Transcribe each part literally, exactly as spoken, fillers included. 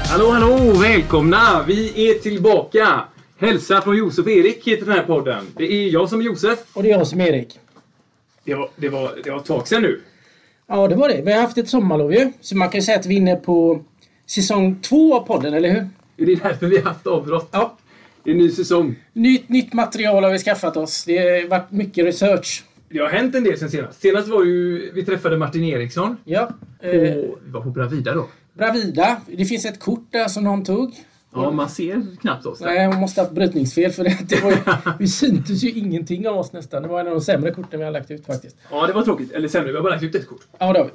Hallå, hallå, välkomna! Vi är tillbaka. Hälsa från Josef och Erik heter den här podden. Det är jag som är Josef. Och det är jag som är Erik. Det var, det var, det var ett tag sedan nu. Ja, det var det. Vi har haft ett sommarlov ju. Så man kan ju säga att vi är inne på säsong två av podden, eller hur? Det är därför vi har haft avbrott. Ja. Det är en ny säsong. Nytt, nytt material har vi skaffat oss. Det har varit mycket research. Det har hänt en del sen senast. Senast var ju, vi träffade Martin Eriksson. Ja. Eh, och vi var på Bravida då. Bravida. Det finns ett kort där som någon tog. Ja, man ser knappt oss där. Nej, hon måste ha haft brytningsfel för det. det var ju, vi syntes ju ingenting av oss nästan. Det var en av de sämre korten vi har lagt ut faktiskt. Ja, det var tråkigt. Eller sämre, vi har bara lagt ut ett kort. Ja, det har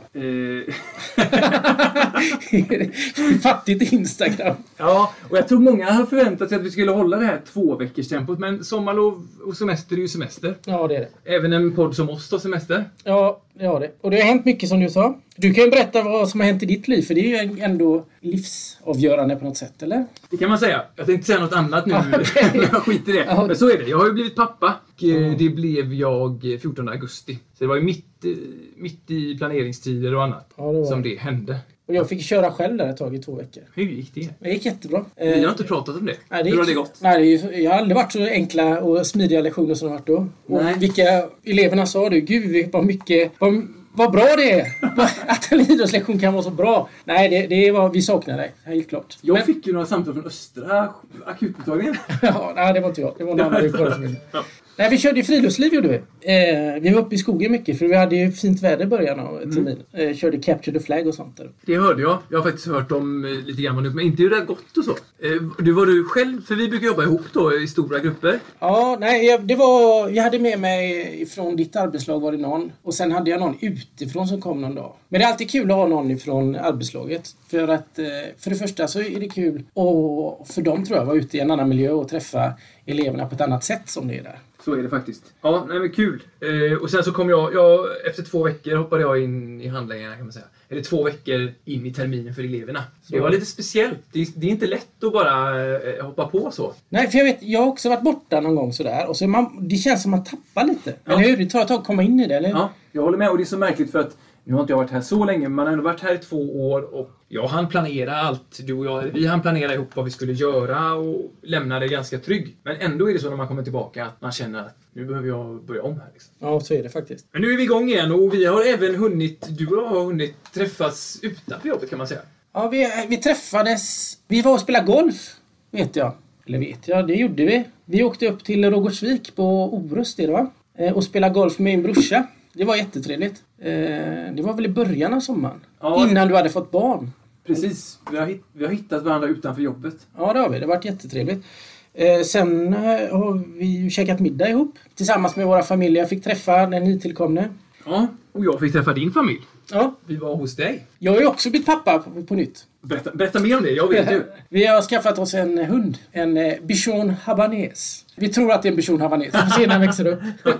vi. Eh. Fattigt Instagram. Ja, och jag tror många har förväntat sig att vi skulle hålla det här två veckors tempot. Men sommarlov och semester är ju semester. Ja, det är det. Även en podd som oss tar semester. Ja, det har det. Och det har hänt mycket som du sa. Du kan ju berätta vad som har hänt i ditt liv. För det är ju ändå livsavgörande på något sätt, eller? Det kan man säga. Jag tänkte säga något annat nu. Okay. Jag skiter i det. Ja. Men så är det. Jag har ju blivit pappa. Och Mm. det blev jag fjortonde augusti. Så det var ju mitt, mitt i planeringstider och annat Ja, det var som det. det hände. Och jag fick köra själv där ett tag i två veckor. Hur gick det? Det gick jättebra. Vi har inte pratat om det. Nej, det Hur har gick, det gått? Nej, det är ju, jag har aldrig varit så enkla och smidiga lektioner som det har varit då. Och Nej. vilka eleverna sa du, gud vad mycket, vad, vad bra det är. Att en idrottslektion kan vara så bra. Nej, det, det var, vi saknar dig, helt klart. Jag Men, fick ju några samtal från Östra akutmottagningen. ja, nej, det var inte jag. Det var någon annan. Ja. Nej, vi körde ju friluftsliv gjorde vi. Eh, vi var uppe i skogen mycket för vi hade ju fint väder i början av terminen. Mm. Eh, körde Capture the Flag och sånt där. Det hörde jag. Jag har faktiskt hört om eh, lite grann nu, men inte hur det har gått och så. Eh, du var du själv, för vi brukar jobba ihop då i stora grupper. Ja, nej, jag, det var, jag hade med mig från ditt arbetslag var det någon. Och sen hade jag någon utifrån som kom någon dag. Men det är alltid kul att ha någon ifrån arbetslaget. För att, eh, för det första så är det kul och för dem tror jag vara ute i en annan miljö och träffa eleverna på ett annat sätt som det är där. Så är det faktiskt. Ja, nej men kul. Eh, och sen så kom jag, jag, efter två veckor hoppade jag in i handläggarna kan man säga. Eller två veckor in i terminen för eleverna. Så det var lite speciellt. Det, det är inte lätt att bara eh, hoppa på så. Nej, för jag vet, jag har också varit borta någon gång sådär. Och så är man, det känns som att man tappar lite. Ja. Eller hur? Det tar ett tag att komma in i det, eller? Ja, jag håller med. Och det är så märkligt för att nu har inte jag varit här så länge, men man har ändå varit här i två år och jag hann planera allt. Du och jag, vi hann planera ihop vad vi skulle göra och lämna det ganska trygg. Men ändå är det så när man kommer tillbaka att man känner att nu behöver jag börja om här. Liksom. Ja, så är det faktiskt. Men nu är vi igång igen och vi har även hunnit, du och jag har hunnit träffas utanför jobbet kan man säga. Ja, vi, vi träffades. Vi var och spelade golf, vet jag. Eller vet jag, det gjorde vi. Vi åkte upp till Rogersvik på Orust, det va? Och spelade golf med min brorsa. Det var jättetrevligt. Det var väl i början av sommaren. Ja. Innan du hade fått barn. Precis. Vi har, hitt- vi har hittat varandra utanför jobbet. Ja, det har vi. Det har varit jättetrevligt. Sen har vi käkat middag ihop. Tillsammans med våra familjer. Jag fick träffa den nytillkomne. Ja, och jag fick träffa din familj. Ja. Vi var hos dig. Jag har ju också blivit pappa på, på nytt. Berätta, berätta mer om det, jag vet ju. Vi har skaffat oss en hund. En eh, bichon habanese. Vi tror att det är en bichon habanese. Vi får se när den växer upp.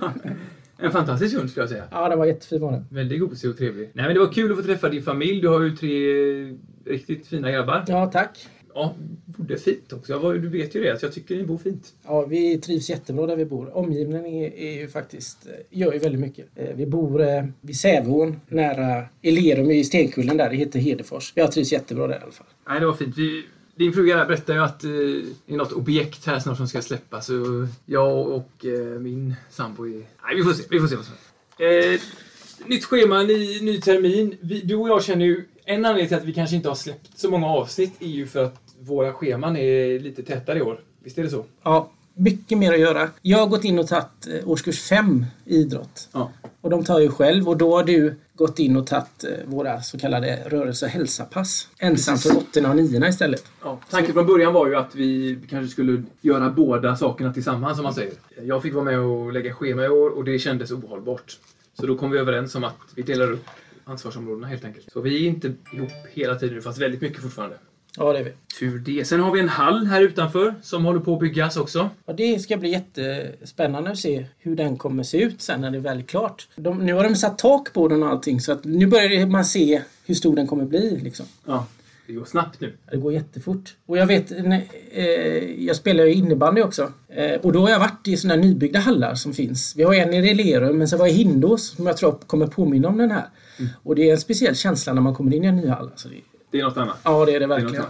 En fantastisk hund skulle jag säga. Ja, det var jättefin var den. Väldigt gosig och trevlig. Nej, men det var kul att få träffa din familj. Du har ju tre riktigt fina grabbar. Ja, tack. Ja, bodde fint också. Jag var, du vet ju det, att jag tycker ni bor fint. Ja, vi trivs jättebra där vi bor. Omgivningen är, är ju faktiskt, gör ju väldigt mycket. Vi bor eh, vid Sävån, nära Elerum i Stenkullen där. Det heter Hedefors. Jag trivs jättebra där i alla fall. Nej, det var fint. Vi, din fruga där berättade ju att eh, det är något objekt här snart som ska släppas. Så jag och eh, min sambo är... Nej, vi får se. Vi får se vad som händer. Eh, nytt schema, ny, ny termin. Vi, du och jag känner ju... En anledning till att vi kanske inte har släppt så många avsnitt är ju för att våra scheman är lite tätare i år. Visst är det så? Ja, mycket mer att göra. Jag har gått in och tagit eh, årskurs fem i idrott. Ja. Och de tar ju själv. Och då har du gått in och tagit eh, våra så kallade rörelse- och hälsapass. Ensam för åttorna och niorna istället. Ja, tanken från början var ju att vi kanske skulle göra båda sakerna tillsammans som man säger. Jag fick vara med och lägga schema i år och det kändes ohållbart. Så då kom vi överens om att vi delar upp ansvarsområdena helt enkelt. Så vi är inte ihop hela tiden fast väldigt mycket fortfarande. Ja, det är vi. Tur det. Sen har vi en hall här utanför som håller på att byggas också. Ja, det ska bli jättespännande att se hur den kommer se ut sen när det är väl klart. De, nu har de satt tak på den och allting så att nu börjar man se hur stor den kommer bli liksom. Ja, det går snabbt nu. Det går jättefort. Och jag vet, eh, jag spelar ju innebandy också. Eh, och då har jag varit i sådana nybyggda hallar som finns. Vi har en i Lerum, men så var jag i Hindås som jag tror kommer påminna om den här. Mm. Och det är en speciell känsla när man kommer in i en ny hall. Alltså det, det är något annat. Ja, det är det verkligen.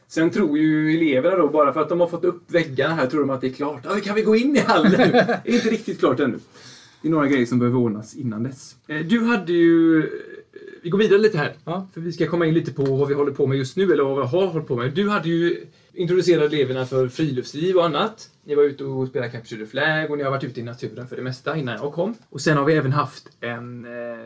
Sen tror ju eleverna då, bara för att de har fått upp väggarna här, tror de att det är klart. Ja, kan vi gå in i hallen nu? Det är inte riktigt klart ännu. Det är några grejer som behöver ordnas innan dess. Du hade ju... Vi går vidare lite här. Ja. För vi ska komma in lite på vad vi håller på med just nu, eller vad vi har hållit på med. Du hade ju introducerat eleverna för friluftsliv och annat. Ni var ute och spelade Capture the Flag och ni har varit ute i naturen för det mesta innan jag kom. Och sen har vi även haft en,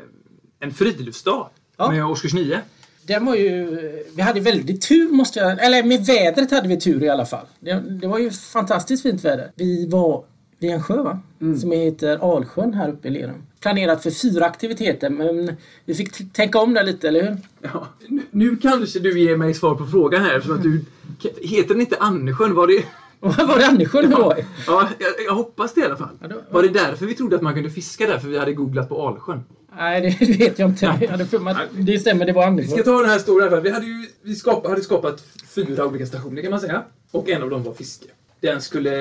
en friluftsdag ja. med årskurs nio. Den var ju, vi hade väldigt tur måste jag, eller med vädret hade vi tur i alla fall. Det, det var ju fantastiskt fint väder. Vi var vid en sjö va? Mm. Som heter Alsjön här uppe i Lerum. Planerat för fyra aktiviteter men vi fick t- tänka om det lite, eller hur? Ja, nu, nu kanske du ger mig svar på frågan här. Så att du, heter den inte Annesjön? Var det... Var det Annesjön ja, ja, jag, jag hoppas det i alla fall. Ja, då, var det därför vi trodde att man kunde fiska där? För vi hade googlat på Alsjön. Nej, det vet jag inte. Jag hade för, det stämmer, det var Annesjön. Vi ska ta den här stora. Vi hade ju vi skapa, hade skapat fyra olika stationer kan man säga. Och en av dem var fiske. Den skulle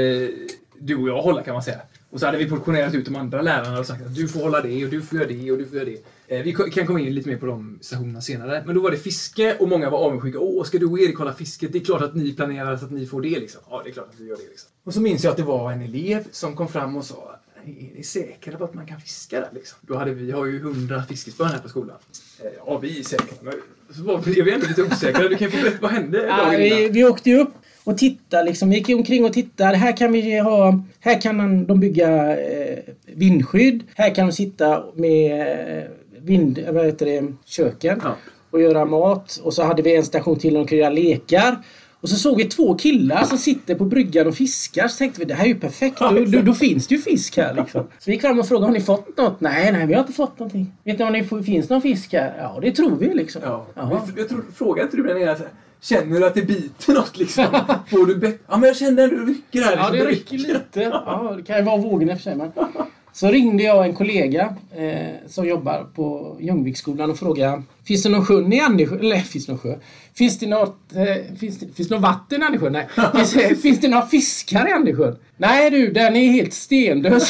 du och jag hålla kan man säga. Och så hade vi portionerat ut de andra lärarna och sagt att du får hålla det och du får göra det och du får göra det. Vi kan komma in lite mer på de stationerna senare. Men då var det fiske och många var avundsjuka. Åh, ska du och Erik hålla fisket? Det är klart att ni planerar så att ni får det liksom. Ja, det är klart att vi gör det liksom. Och så minns jag att det var en elev som kom fram och sa: är ni säkra på att man kan fiska där liksom? Då hade vi, har ju hundra fiskespön här på skolan. Ja, vi är säkra. Men så var vi ändå lite osäkra. Du kan få berätta, vad hände? Ja, vi, vi åkte ju upp och tittade liksom. Vi gick omkring och tittade. Här kan vi ha, här kan de bygga eh, vindskydd. Här kan de sitta med eh, vind, vad heter det, köken ja. och göra mat. Och så hade vi en station till där de kunde göra lekar. Och så såg vi två killar som sitter på bryggan och fiskar. Så tänkte vi, det här är ju perfekt. Då, då, då finns det ju fisk här liksom. Så vi gick fram och frågade, har ni fått något? Nej, nej, vi har inte fått någonting. Vet ni om det får, finns någon fisk här? Ja, det tror vi liksom. Ja. Jag, jag tror, frågar inte du den ena så här, känner du att det biter något liksom? Får du be- ja, men jag känner att du rycker här. Liksom. Ja, det rycker lite. Ja, det kan ju vara vågen i och för sig, men... Så ringde jag en kollega eh, som jobbar på Ljungviksskolan och frågade, finns det någon sjön i Annesjön? Eller finns det någon sjö? Finns det något, eh, finns det, finns det något vatten i Annesjön? Nej. Finns, finns det några fiskar i Annesjön? Nej du, den är helt stendöd.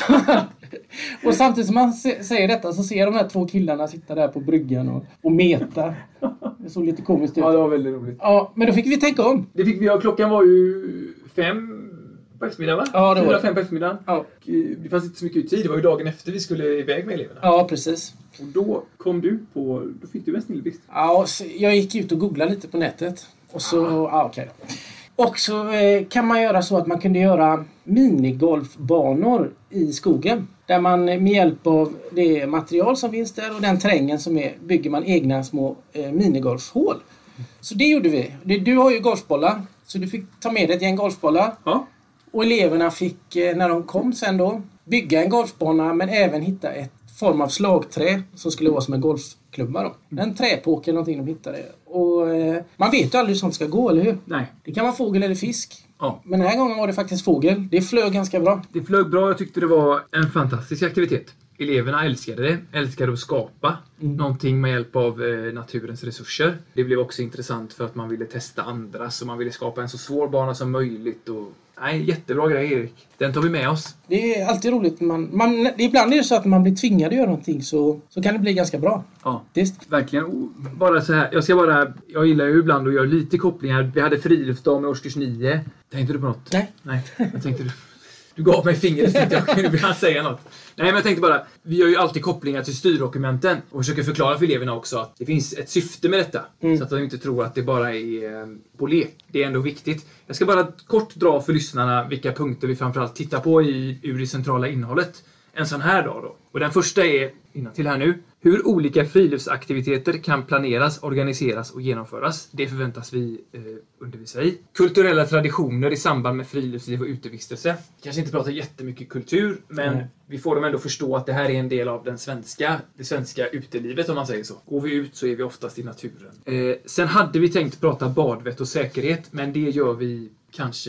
Och samtidigt som man se, säger detta så ser de här två killarna sitta där på bryggan och, och meta. Det såg lite komiskt ut. Ja, det var väldigt roligt. Ja, men då fick vi tänka om. Det fick vi, ja, klockan var ju fem... på eftermiddagen va? Ja, det var fyra, fem på eftermiddagen. Ja. Och det fanns inte så mycket tid. Det var ju dagen efter vi skulle iväg med eleverna. Ja, precis. Och då kom du på... Då fick du en snillblixt. Ja, så jag gick ut och googlade lite på nätet. Och så... Ah. Ja, okej. Och så eh, kan man göra så att man kunde göra minigolfbanor i skogen. Där man med hjälp av det material som finns där och den terrängen som är bygger man egna små eh, minigolfhål. Så det gjorde vi. Det, du har ju golfbollar. Så du fick ta med dig ett gäng golfbollar. Ja. Och eleverna fick, när de kom sen då, bygga en golfbana men även hitta ett form av slagträ som skulle vara som en golfklubba då. En träpåk eller någonting de hittade. Och eh, man vet ju aldrig hur sånt ska gå, eller hur? Nej. Det kan vara fågel eller fisk. Ja. Men den här gången var det faktiskt fågel. Det flög ganska bra. Det flög bra. Jag tyckte det var en fantastisk aktivitet. Eleverna älskade det. Älskade att skapa mm. någonting med hjälp av eh, naturens resurser. Det blev också intressant för att man ville testa andra. Så man ville skapa en så svår bana som möjligt. Och, nej, jättebra grej Erik. Den tar vi med oss. Det är alltid roligt. Man, man, ibland är det så att man blir tvingad att göra någonting så, så kan det bli ganska bra. Ja, Visst? Verkligen. Bara så här, jag ska bara... Jag gillar ju ibland att göra lite kopplingar. Vi hade friluftsdag med årskurs nio. Tänkte du på något? Nej. Nej, jag tänkte du... Du gav mig fingret så jag kunde säga något. Nej, men jag tänkte bara, vi gör ju alltid kopplingar till styrdokumenten och försöker förklara för eleverna också att det finns ett syfte med detta. Mm. Så att de inte tror att det bara är på lek. Det är ändå viktigt. Jag ska bara kort dra för lyssnarna vilka punkter vi framförallt tittar på i, ur det centrala innehållet. En sån här dag då. Och den första är, innantill här nu, hur olika friluftsaktiviteter kan planeras, organiseras och genomföras. Det förväntas vi eh, undervisa i. Kulturella traditioner i samband med friluftsliv och utevistelse. Kanske inte pratar jättemycket kultur, men mm. vi får dem ändå förstå att det här är en del av den svenska, det svenska utelivet om man säger så. Går vi ut så är vi oftast i naturen. Eh, sen hade vi tänkt prata badvett och säkerhet, men det gör vi kanske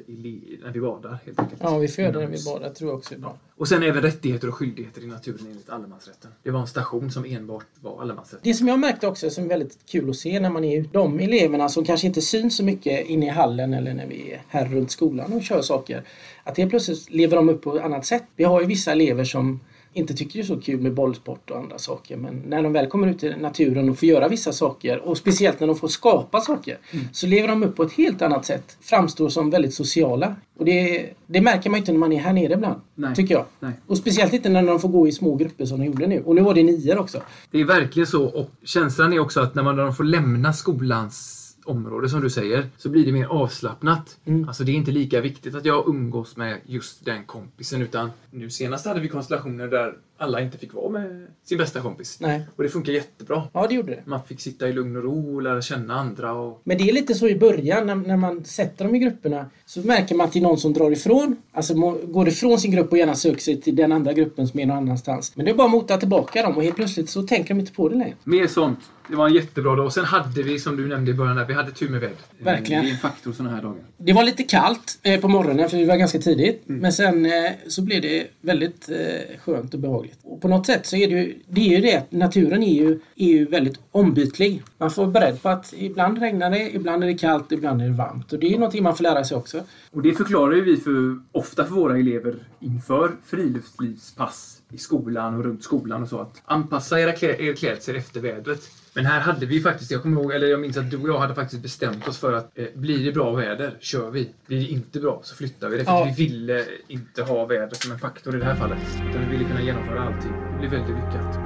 i, när vi badar helt enkelt. Ja, vi får göra det när vi badar, tror jag också är bra. Och sen även rättigheter och skyldigheter i naturen enligt allemansrätten. Det var en station som enbart var allemansrätt. Det som jag märkte också som är väldigt kul att se när man är de eleverna som kanske inte syns så mycket inne i hallen eller när vi är här runt skolan och kör saker. Att det plötsligt lever de upp på ett annat sätt. Vi har ju vissa elever som inte tycker det är så kul med bollsport och andra saker. Men när de väl kommer ut i naturen och får göra vissa saker, och speciellt när de får skapa saker, mm. så lever de upp på ett helt annat sätt. Framstår som väldigt sociala. Och det, det märker man inte när man är här nere ibland, Nej. tycker jag. Nej. Och speciellt inte när de får gå i små grupper som de gjorde nu. Och nu var det nior också. Det är verkligen så. Och känslan är också att när man när de får lämna skolans område som du säger, så blir det mer avslappnat. Mm. Alltså det är inte lika viktigt att jag umgås med just den kompisen, utan nu senast hade vi konstellationer där alla inte fick vara med sin bästa kompis. Nej. Och det funkar jättebra. Ja, det gjorde det. Man fick sitta i lugn och ro och lära känna andra. Och... Men det är lite så i början när, när man sätter dem i grupperna, så märker man att det är någon som drar ifrån. Alltså går ifrån sin grupp och gärna söker sig till den andra gruppen som är någon annanstans. Men det är bara att mota tillbaka dem och helt plötsligt så tänker de inte på det längre. Mer sånt. Det var en jättebra dag. Och sen hade vi, som du nämnde i början, där, vi hade tur med väder. Verkligen. Det är en faktor sådana här dagar. Det var lite kallt eh, på morgonen för vi var ganska tidigt. Mm. Men sen eh, så blev det väldigt eh, skönt och behagligt. Och på något sätt så är det ju det, är ju det att naturen är ju, är ju väldigt ombytlig. Man får vara beredd på att ibland regnar det, ibland är det kallt, ibland är det varmt. Och det är ju någonting man får lära sig också. Och det förklarar ju vi för, ofta för våra elever inför friluftslivspass i skolan och runt skolan och så. Att anpassa era klä, er klädsel efter vädret. Men här hade vi faktiskt, jag kommer ihåg, eller jag minns att du och jag hade faktiskt bestämt oss för att eh, blir det bra väder, kör vi. Blir det inte bra så flyttar vi det. För ja. vi ville inte ha vädret som en faktor i det här fallet. Utan vi ville kunna genomföra allting. Det blev väldigt lyckat.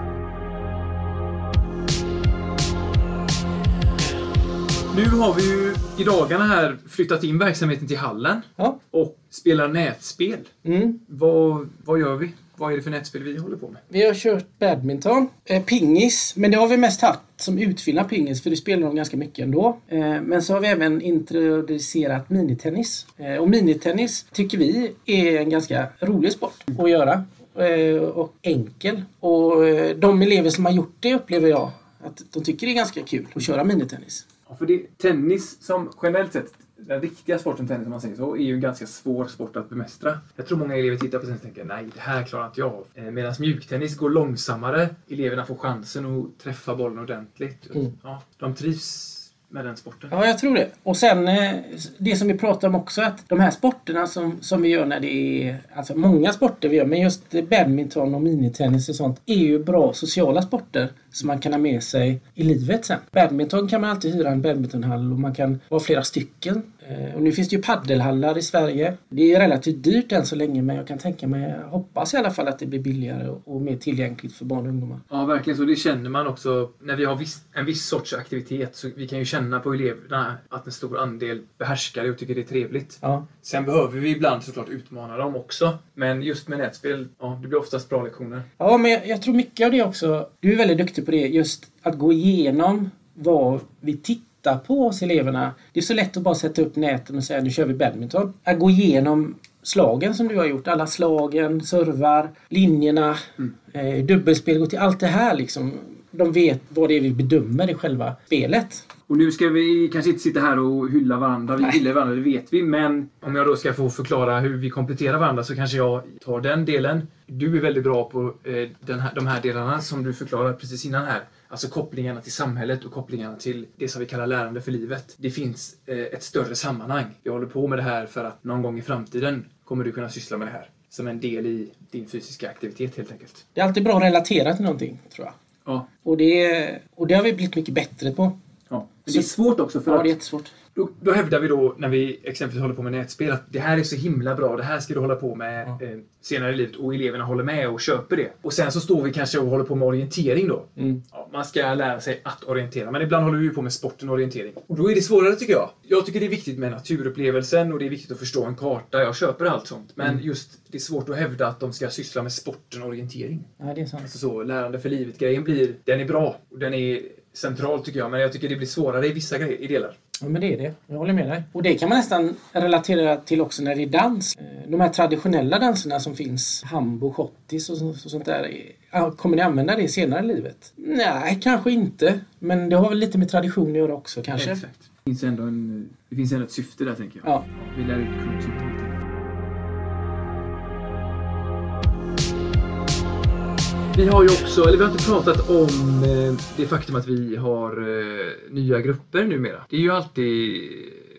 Nu har vi ju i dagarna här flyttat in verksamheten till hallen. Ja. Och spelar nätspel. Mm. Vad, vad gör vi? Vad är det för nätspel vi håller på med? Vi har kört badminton, eh, pingis, men det har vi mest haft som utfyllnad pingis, för det spelar de ganska mycket ändå. Eh, men så har vi även introducerat minitennis. Eh, och minitennis tycker vi är en ganska rolig sport att göra. Eh, och enkel. Och eh, de elever som har gjort det upplever jag att de tycker det är ganska kul att köra minitennis. Ja, för det är tennis som generellt sett, den riktiga sporten tennis om man säger så, är ju en ganska svår sport att bemästra. Jag tror många elever tittar på tennis och tänker, nej det här klarar inte jag av. Eh, Medan mjuktennis går långsammare, eleverna får chansen att träffa bollen ordentligt. Mm. Ja, de trivs med den sporten. Ja, jag tror det. Och sen eh, det som vi pratar om också, att de här sporterna som, som vi gör när det är, alltså många sporter vi gör, men just badminton och minitennis och sånt är ju bra sociala sporter som man kan ha med sig i livet sen. Badminton kan man alltid hyra en badmintonhall och man kan vara flera stycken. Eh, och nu finns det ju paddelhallar i Sverige. Det är relativt dyrt än så länge, men jag kan tänka mig, hoppas i alla fall att det blir billigare och, och mer tillgängligt för barn och ungdomar. Ja, verkligen så. Det känner man också när vi har viss, en viss sorts aktivitet, så vi kan ju känna på eleverna att en stor andel behärskar det och tycker det är trevligt. Ja. Sen behöver vi ibland såklart utmana dem också. Men just med nätspel, ja, det blir oftast bra lektioner. Ja, men jag, jag tror mycket av det också. Du är väldigt duktig på det. Just att gå igenom vad vi tittar på hos eleverna. Det är så lätt att bara sätta upp näten och säga nu kör vi badminton. Att gå igenom slagen som du har gjort. Alla slagen, servar, linjerna, mm. eh, dubbelspel, gå till allt det här liksom. De vet vad det är vi bedömer i själva spelet. Och nu ska vi kanske inte sitta här och hylla varandra. Vi gillar varandra, det vet vi. Men om jag då ska få förklara hur vi kompletterar varandra så kanske jag tar den delen. Du är väldigt bra på eh, den här, de här delarna som du förklarade precis innan här. Alltså kopplingarna till samhället och kopplingarna till det som vi kallar lärande för livet. Det finns eh, ett större sammanhang. Vi håller på med det här för att någon gång i framtiden kommer du kunna syssla med det här. Som en del i din fysiska aktivitet helt enkelt. Det är alltid bra att relatera till någonting, tror jag. Ja. Och det, och det har vi blivit mycket bättre på. Ja. Men det är svårt också för ja, att... det är jättesvårt. Då, då hävdar vi då, när vi exempelvis håller på med nätspel, att det här är så himla bra, det här ska du hålla på med ja. eh, senare i livet, och eleverna håller med och köper det. Och sen så står vi kanske och håller på med orientering då. Mm. Ja, man ska lära sig att orientera, men ibland håller vi på med sporten och orientering. Och då är det svårare tycker jag. Jag tycker det är viktigt med naturupplevelsen och det är viktigt att förstå en karta, jag köper allt sånt. Men mm. just det är svårt att hävda att de ska syssla med sporten och orientering. Ja, det är sant. Alltså så, lärande för livet-grejen blir, den är bra och den är central tycker jag, men jag tycker det blir svårare i vissa grejer, i delar. Ja, men det är det. Jag håller med dig. Och det kan man nästan relatera till också när det är dans. De här traditionella danserna som finns, hambo, schottis och sånt där. Kommer ni använda det senare i livet? Nej, kanske inte. Men det har väl lite med tradition att göra också, kanske. Exakt. Det finns ändå, en, det finns ändå ett syfte där, tänker jag. Ja. Vi lär ut kultur. Vi har ju också, eller vi har inte pratat om eh, det faktum att vi har eh, nya grupper numera. Det är ju alltid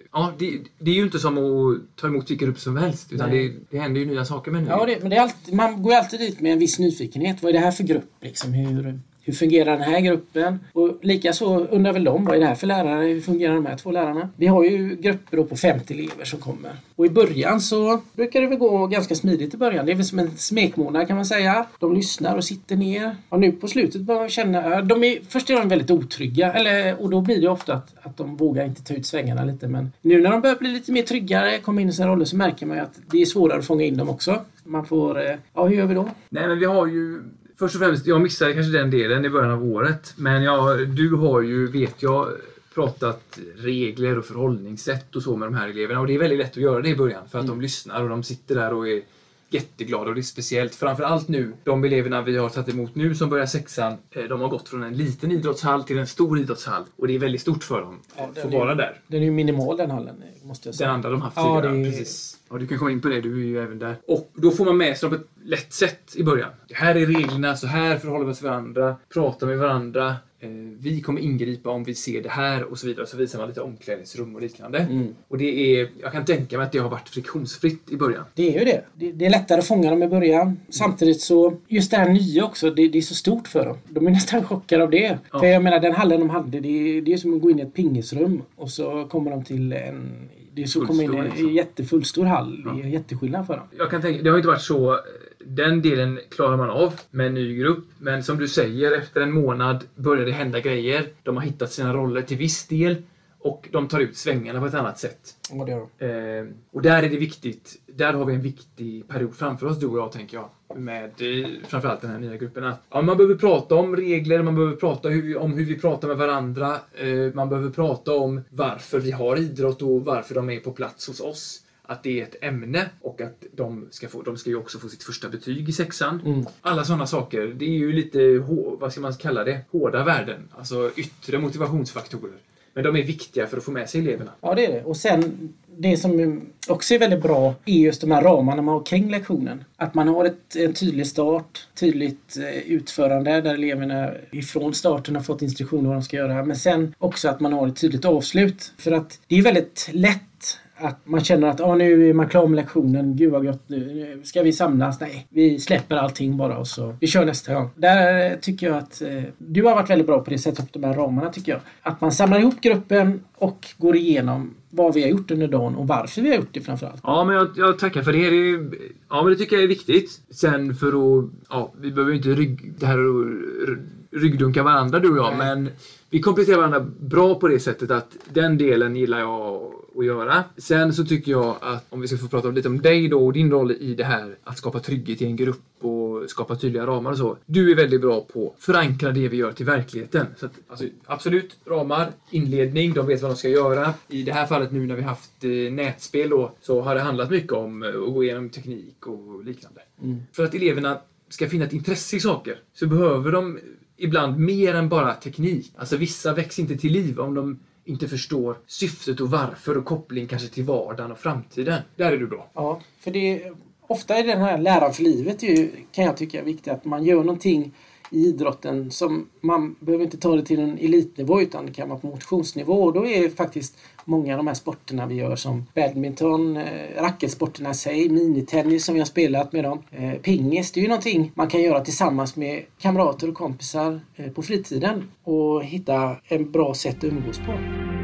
ja, det, det är ju inte som att ta emot vilka grupper som helst. Utan det, det händer ju nya saker med nu. Ja, det, men det är alltid, man går alltid dit med en viss nyfikenhet. Vad är det här för grupp? Liksom, hur, hur fungerar den här gruppen? Och likaså undrar väl de, vad är det här för lärare? Hur fungerar de här två lärarna? Vi har ju grupper då på femtio elever som kommer. Och i början så brukar det väl gå ganska smidigt i början. Det är väl som en smekmånad kan man säga. De lyssnar och sitter ner. Och nu på slutet börjar man känna... De är, först är de väldigt otrygga. Eller, och då blir det ofta att, att de vågar inte ta ut svängarna lite. Men nu när de börjar bli lite mer tryggare, kommer in i sina roller, så märker man ju att det är svårare att fånga in dem också. Man får... Ja, hur gör vi då? Nej, men vi har ju... Först och främst, jag missade kanske den delen i början av året. Men ja, du har ju, vet jag, pratat regler och förhållningssätt och så med de här eleverna. Och det är väldigt lätt att göra det i början. För att mm. de lyssnar och de sitter där och är jätteglada. Och det är speciellt, framförallt nu, de eleverna vi har tagit emot nu som börjar sexan. De har gått från en liten idrottshall till en stor idrottshall. Och det är väldigt stort för dem ja, att få vara där. Den är ju minimal den hallen, måste jag säga. Den andra de haft ja, tidigare, det är... precis. Ja, du kan komma in på det, du är ju även där. Och då får man med sig på ett lätt sätt i början. Det här är reglerna, så här förhåller vi oss till varandra. Pratar med varandra. Eh, vi kommer ingripa om vi ser det här och så vidare. Så visar man lite omklädningsrum och liknande. Mm. Och det är, jag kan tänka mig att det har varit friktionsfritt i början. Det är ju det. Det, det är lättare att fånga dem i början. Samtidigt så, just det här nya också, det, det är så stort för dem. De är nästan chockade av det. Ja. För jag menar, den hallen de hade, det, det är som att gå in i ett pingisrum. Och så kommer de till en... Det är så kommer in i en liksom. jättefullstor hall. Det är ja. jätteskillnad för dem. Jag kan tänka, det har inte varit så... Den delen klarar man av med en ny grupp. Men som du säger, efter en månad börjar det hända grejer. De har hittat sina roller till viss del. Och de tar ut svängarna på ett annat sätt. Ja, det gör de. Eh, och där är det viktigt. Där har vi en viktig period framför oss, du och jag, tänker jag. Med eh, framförallt den här nya gruppen. Att, ja, man behöver prata om regler. Man behöver prata hur, om hur vi pratar med varandra. Eh, man behöver prata om varför vi har idrott och varför de är på plats hos oss. Att det är ett ämne och att de ska, få, de ska ju också få sitt första betyg i sexan. Mm. Alla sådana saker. Det är ju lite, vad ska man kalla det? Hårda värden. Alltså yttre motivationsfaktorer. Men de är viktiga för att få med sig eleverna. Ja, det är det. Och sen, det som också är väldigt bra är just de här ramarna man har kring lektionen. Att man har ett, en tydlig start, tydligt utförande där eleverna ifrån starten har fått instruktioner vad de ska göra. Men sen också att man har ett tydligt avslut. För att det är väldigt lätt att man känner att ah, nu är man klar med lektionen. Gud vad gott, nu ska vi samlas. Nej, vi släpper allting bara och så vi kör nästa gång. Där tycker jag att eh, du har varit väldigt bra på det, sätta upp de här ramarna tycker jag. Att man samlar ihop gruppen och går igenom vad vi har gjort under dagen och varför vi har gjort det framförallt. Ja, men jag, jag tackar för det. det är, ja, men det tycker jag är viktigt. Sen för att, ja, vi behöver inte rygg, det här och, ryggdunka varandra du och jag, Nej. men vi kompletterar varandra bra på det sättet att den delen gillar jag att göra. Sen så tycker jag att, om vi ska få prata lite om dig då och din roll i det här, att skapa trygghet i en grupp och skapa tydliga ramar och så. Du är väldigt bra på att förankra det vi gör till verkligheten. Så att, alltså, absolut, ramar, inledning, de vet vad de ska göra. I det här fallet nu när vi haft eh, nätspel då, så har det handlat mycket om eh, att gå igenom teknik och liknande. Mm. För att eleverna ska finna ett intresse i saker så behöver de ibland mer än bara teknik. Alltså vissa växer inte till liv om de inte förstår syftet och varför och koppling kanske till vardagen och framtiden. Där är du bra. Ja, för det är, ofta är den här läran för livet ju, kan jag tycka är viktigt att man gör någonting i idrotten som man behöver inte ta det till en elitnivå utan det kan vara på motionsnivå. Och då är faktiskt många av de här sporterna vi gör som badminton, eh, racketsporterna i sig, minitennis som vi har spelat med dem, eh, pingis, det är ju någonting man kan göra tillsammans med kamrater och kompisar eh, på fritiden och hitta en bra sätt att umgås på.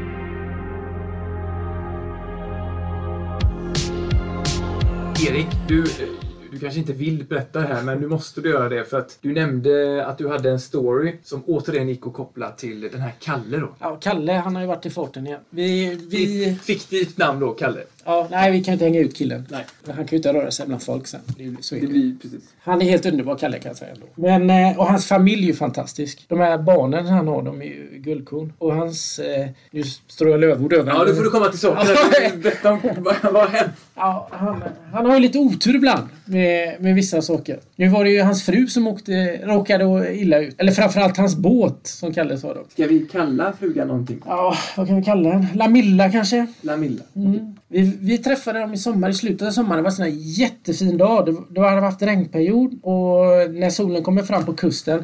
Erik, du... Du kanske inte vill berätta det här, men du måste göra det för att du nämnde att du hade en story som återigen gick att koppla till den här Kalle då. Ja, Kalle, han har ju varit i farten igen. Vi, vi... Fiktivt namn då, Kalle. Ja, nej, vi kan inte hänga ut killen. Nej. Han kan ju inte röra sig bland folk sen. Det, så är det. det. Blir precis. Han är helt underbar, Kalle, kan jag säga ändå. Men, och hans familj är ju fantastisk. De här barnen han har, de är ju guldkorn. Och hans... Eh, nu står jag lövord över. Ja, då får du komma till saken. Berätta om vad har hänt. Ja, han, han har ju lite otur ibland med, med vissa saker. Nu var det ju hans fru som åkte, råkade illa ut. Eller framförallt hans båt, som Kalle sa då. Ska vi kalla frugan någonting? Ja, vad kan vi kalla den? Lamilla kanske? Lamilla. Mm. Vi, vi träffade dem i sommar, i slutet av sommaren. Det var en sån här jättefin dag. Det, det hade haft regnperiod och när solen kommer fram på kusten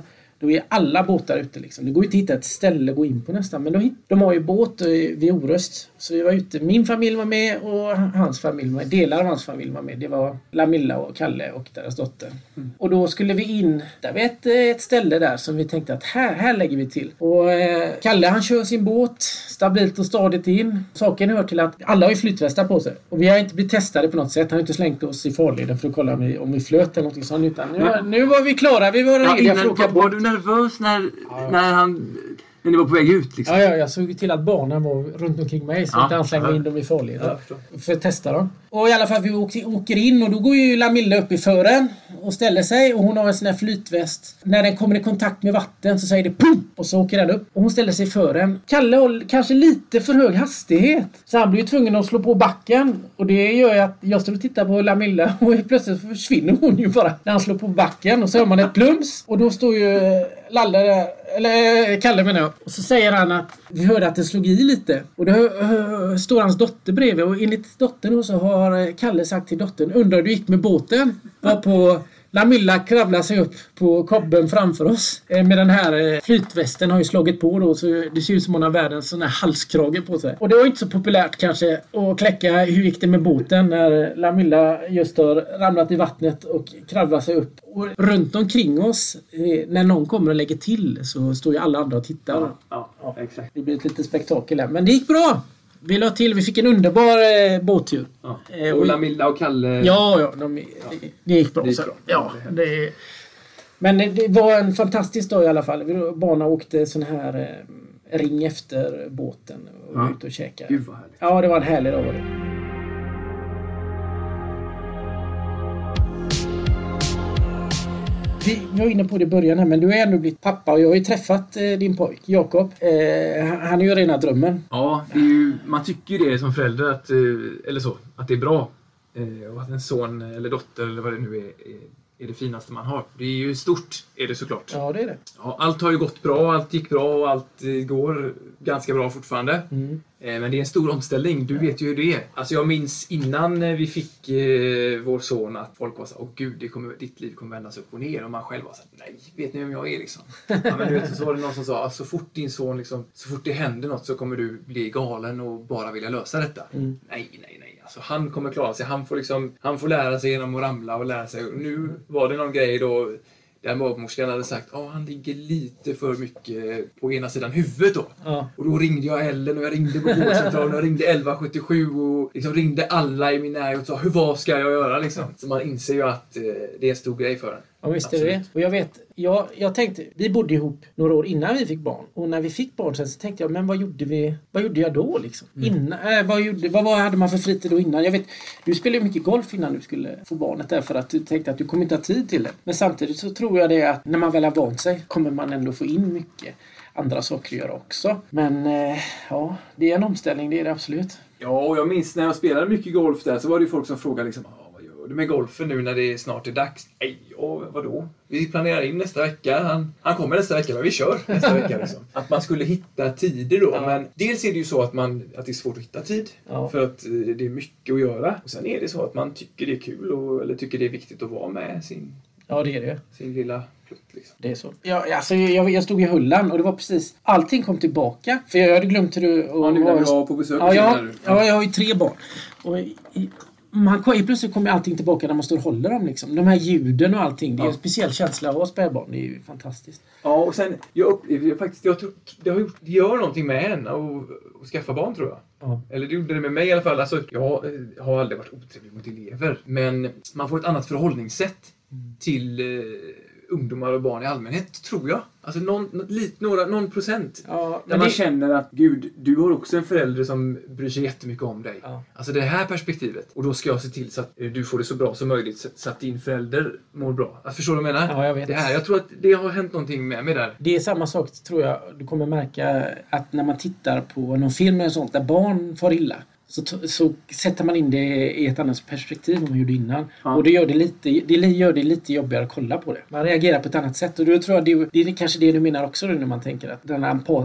då är alla båtar ute liksom. Det går ju inte att hitta ett ställe att gå in på nästan. Men de, de har ju båt vid Orust. Så vi var ute. Min familj var med och hans familj var med. Delar av hans familj var med. Det var Lamilla och Kalle och deras dotter. Mm. Och då skulle vi in. Där var ett, ett ställe där som vi tänkte att här, här lägger vi till. Och eh, Kalle han kör sin båt stabilt och stadigt in. Saken hör till att alla har ju flytvästar på sig. Och vi har inte blivit testade på något sätt. Han har inte slängt oss i farleden för att kolla om vi, om vi flöt eller någonting sånt. Utan nu, var, nu var vi klara. Vi var ja, redo för att åka båt. Var du nervös när, ja. när han... När ni var på väg ut liksom? Ja, ja, jag såg till att barnen var runt omkring mig så ja, inte han slängde ja. in dem i farleden. Ja, för att testa dem. Och i alla fall vi åker, åker in och då går ju Lamilla upp i fören och ställer sig och hon har en sån här flytväst. När den kommer i kontakt med vatten så säger det pum och så åker den upp. Och hon ställer sig i fören. Kalle har kanske lite för hög hastighet. Så han blir ju tvungen att slå på backen. Och det gör ju att jag står och tittar på Lamilla och plötsligt försvinner hon ju bara när han slår på backen. Och så hör man ett plums och då står ju Lalle där, eller Kalle menar jag. Och så säger han att vi hörde att det slog i lite. Och då uh, står hans dotter bredvid. Och enligt dottern så har Kalle sagt till dottern, undrar du gick med båten? Var på Lamilla kravlar sig upp på kobben framför oss. Eh, med den här eh, flytvästen har ju slagit på då. Så det ser ut som hon har världens sån här halskrage på sig. Och det var inte så populärt kanske att kläcka hur gick det med båten när Lamilla just har ramlat i vattnet och kravlar sig upp. Och runt omkring oss, eh, när någon kommer och lägger till så står ju alla andra och tittar. Ja, ja, ja. Exakt. Det blir ett litet spektakel här. Men det gick bra! Vi la till, vi fick en underbar eh, båttur. Ja. Och, och Lamilla och Kalle... Ja, ja, de, ja. Det, det gick bra. Det gick bra. Ja, det, men det, det var en fantastisk dag i alla fall. Vi barnen åkte sån här eh, ring efter båten och ja. ut och käkade. Gud vad härligt. Ja, det var en härlig dag var det. Vi var inne på det i början här, men du har ändå blivit pappa och jag har ju träffat eh, din pojk, Jakob. Eh, han är ju rena drömmen. Ja, det är ju, man tycker ju det som förälder, att, eh, eller så, att det är bra. Eh, och att en son eller dotter eller vad det nu är, är, är det finaste man har. Det är ju stort, är det såklart. Ja, det är det. Ja, allt har ju gått bra, allt gick bra och allt eh, går ganska bra fortfarande. Mm. Eh, men det är en stor omställning, du vet ju hur det är. Alltså jag minns innan vi fick eh, vår son att folk var så åh gud, det kommer, ditt liv kommer vändas upp och ner. Och man själv var så nej, vet ni vem jag är liksom? Ja, men du vet, så var det någon som sa, så fort din son liksom, så fort det händer något så kommer du bli galen och bara vilja lösa detta. Mm. Nej, nej, nej. Alltså han kommer klara sig, han får liksom, han får lära sig genom att ramla och lära sig. Och nu var det någon grej då där mormorskan hade sagt att oh, han ligger lite för mycket på ena sidan huvudet då. Ja. Och då ringde jag Ellen och jag ringde på vårdcentralen och jag ringde elva sjuttiosju och liksom ringde alla i min närhet och sa hur vad ska jag göra liksom. Så man inser ju att eh, det är en stor grej för en. Ja, visst är det. Och jag vet, jag, jag tänkte, vi bodde ihop några år innan vi fick barn. Och när vi fick barn sen så tänkte jag, men vad gjorde vi, vad gjorde jag då liksom? Mm. Innan, äh, vad, gjorde, vad, vad hade man för fritid då innan? Jag vet, du spelade ju mycket golf innan du skulle få barnet där för att du tänkte att du kommer inte ha tid till det. Men samtidigt så tror jag det att när man väl har vant sig kommer man ändå få in mycket andra saker att göra också. Men äh, ja, det är en omställning, det är det absolut. Ja, och jag minns när jag spelade mycket golf där så var det ju folk som frågade liksom, du med golfen nu när det snart är dags? Nej, ja, vadå? Vi planerar in nästa vecka. Han, han kommer nästa vecka, men vi kör nästa vecka. Liksom. Att man skulle hitta tider då. Ja. Men dels är det ju så att, man, att det är svårt att hitta tid. Ja. För att det är mycket att göra. Och sen är det så att man tycker det är kul och, eller tycker det är viktigt att vara med sin, ja, det är det. sin lilla plutt. Liksom. Det är så. Ja, alltså, jag, jag stod i Hullan och det var precis, allting kom tillbaka. För jag hade glömt hur du... Och, ja, nu när vi var på besök. Ja, jag, ja, jag har ju tre barn. Och i, man plötsligt kommer allting tillbaka när man står och håller dem liksom. De här ljuden och allting. Det är ja. en speciell känsla av spädbarn. Det är ju fantastiskt. Ja, och sen jag upplever faktiskt jag tror det har gjort, det gör någonting med en och, och skaffa barn tror jag. Ja. Eller det gjorde det med mig i alla fall. Alltså, jag har aldrig varit otrevlig mot elever, men man får ett annat förhållningssätt mm. till eh, ungdomar och barn i allmänhet, tror jag. Alltså någon, något, några, någon procent. Ja, där man det... känner att gud, du har också en förälder som bryr sig jättemycket om dig. Ja. Alltså det här perspektivet. Och då ska jag se till så att du får det så bra som möjligt så att din förälder mår bra. Alltså, förstår du vad jag menar? Ja, jag vet. Det här, jag tror att det har hänt någonting med mig där. Det är samma sak, tror jag. Du kommer märka att när man tittar på någon film eller sånt där barn far illa. Så, så sätter man in det i ett annat perspektiv än man gjorde innan. Ja. Och det gör det, lite, det gör det lite jobbigare att kolla på det. Man reagerar på ett annat sätt. Och då tror jag det, det är kanske det du menar också när man tänker att den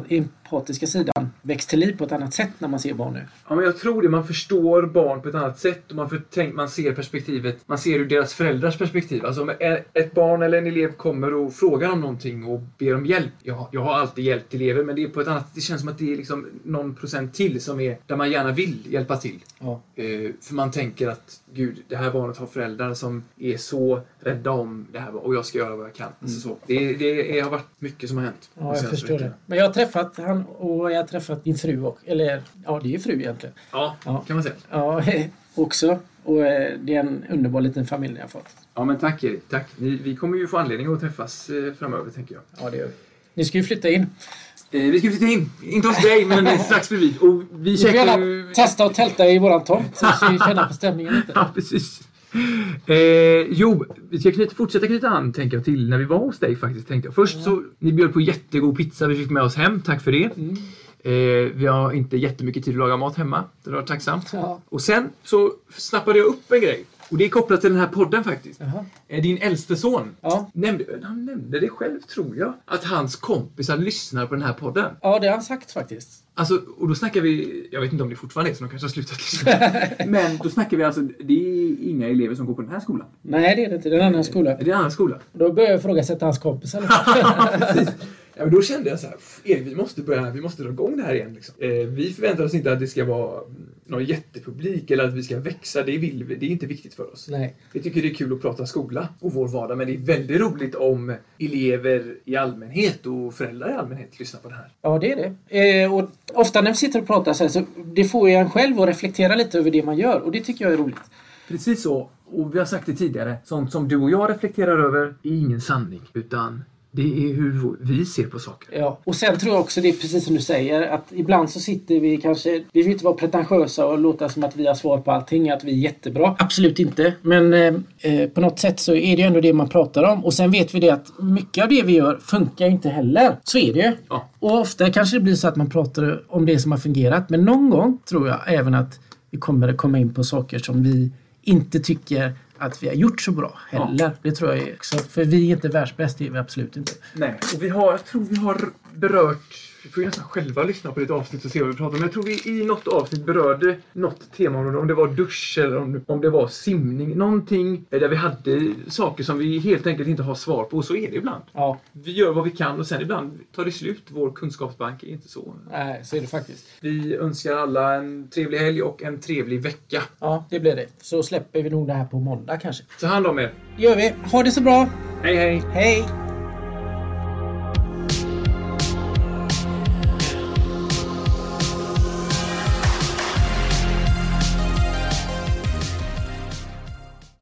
empatiska sidan väcks till liv på ett annat sätt när man ser barn nu. Ja, men jag tror det. Man förstår barn på ett annat sätt och man, för, tänk, man ser perspektivet. Man ser ur deras föräldrars perspektiv. Alltså om ett barn eller en elev kommer och frågar om någonting och ber om hjälp. Jag, jag har alltid hjälpt elever, men det är på ett annat. Det känns som att det är liksom någon procent till som är där man gärna vill hjälpa till. Ja. Uh, för man tänker att gud, det här barnet har föräldrar som är så rädda om det här och jag ska göra vad jag kan. Mm. Alltså så. Det, det har varit mycket som har hänt. Ja, jag förstår det. Men jag har träffat han och jag har träffat din fru och, eller ja, det är ju fru egentligen. Ja, ja, kan man säga. Ja, också. Och det är en underbar liten familj ni har fått. Ja, men tack Erik. Tack. Ni, vi kommer ju få anledning att träffas eh, framöver, tänker jag. Ja, det gör vi. Ni ska ju flytta in. Eh, vi ska flytta in. Inte hos dig, men strax bredvid. Och vi får gärna ju... testa och tälta i våran tomt så ska vi känna på stämningen lite. Ja, precis. Eh, jo, vi ska knyta, fortsätta knyta an, tänker jag, till när vi var hos dig faktiskt, tänkte jag. Först mm. så, ni bjöd på jättegod pizza, vi fick med oss hem, tack för det. Mm. Eh, vi har inte jättemycket tid att laga mat hemma, det var tacksamt. Ja. Och sen så snappade jag upp en grej. Och det är kopplat till den här podden faktiskt. Uh-huh. Din äldste son, ja. nämnde, han nämnde det själv tror jag, att hans kompisar lyssnar på den här podden. Ja, det har han sagt faktiskt. Alltså, och då snackar vi, jag vet inte om det fortfarande är så, de kanske har slutat lyssna. Men då snackar vi alltså, det är inga elever som går på den här skolan. Nej, det är det inte, det är en annan skola. Det är en annan skola. Då börjar jag ifrågasätta hans kompisar. Precis. Ja, men då kände jag så här, Erik, vi måste börja, vi måste dra igång det här igen. Liksom. Eh, vi förväntar oss inte att det ska vara någon jättepublik eller att vi ska växa. Det, vill vi, det är inte viktigt för oss. Nej. Vi tycker det är kul att prata skola och vår vardag, men det är väldigt roligt om elever i allmänhet och föräldrar i allmänhet lyssnar på det här. Ja, det är det. Eh, och ofta när vi sitter och pratar så här, så det får ju en själv att reflektera lite över det man gör och det tycker jag är roligt. Precis så. Och vi har sagt det tidigare. Sånt som du och jag reflekterar över är ingen sanning, utan det är hur vi ser på saker. Ja, och sen tror jag också det är precis som du säger, att ibland så sitter vi kanske, vi vill inte vara pretentiösa och låta som att vi har svar på allting, att vi är jättebra. Absolut inte, men eh, på något sätt så är det ändå det man pratar om. Och sen vet vi det att mycket av det vi gör funkar inte heller. Så är det ju. Ja. Och ofta kanske det blir så att man pratar om det som har fungerat, men någon gång tror jag även att vi kommer att komma in på saker som vi inte tycker att vi har gjort så bra heller. Ja. Det tror jag också. För vi är inte världsbäst, det är vi absolut inte. Nej, och vi har, jag tror vi har berört, vi får ju nästan själva lyssna på ett avsnitt och se vad vi pratar om. Men jag tror vi i något avsnitt berörde något tema, om det var dusch eller om, om det var simning. Någonting där vi hade saker som vi helt enkelt inte har svar på. Och så är det ibland. Ja. Vi gör vad vi kan och sen ibland tar det slut. Vår kunskapsbank är inte så. Nej, så är det faktiskt. Vi önskar alla en trevlig helg och en trevlig vecka. Ja, det blir det. Så släpper vi nog det här på måndag kanske. Ta hand om er. Det gör vi. Ha det så bra. Hej, hej. Hej.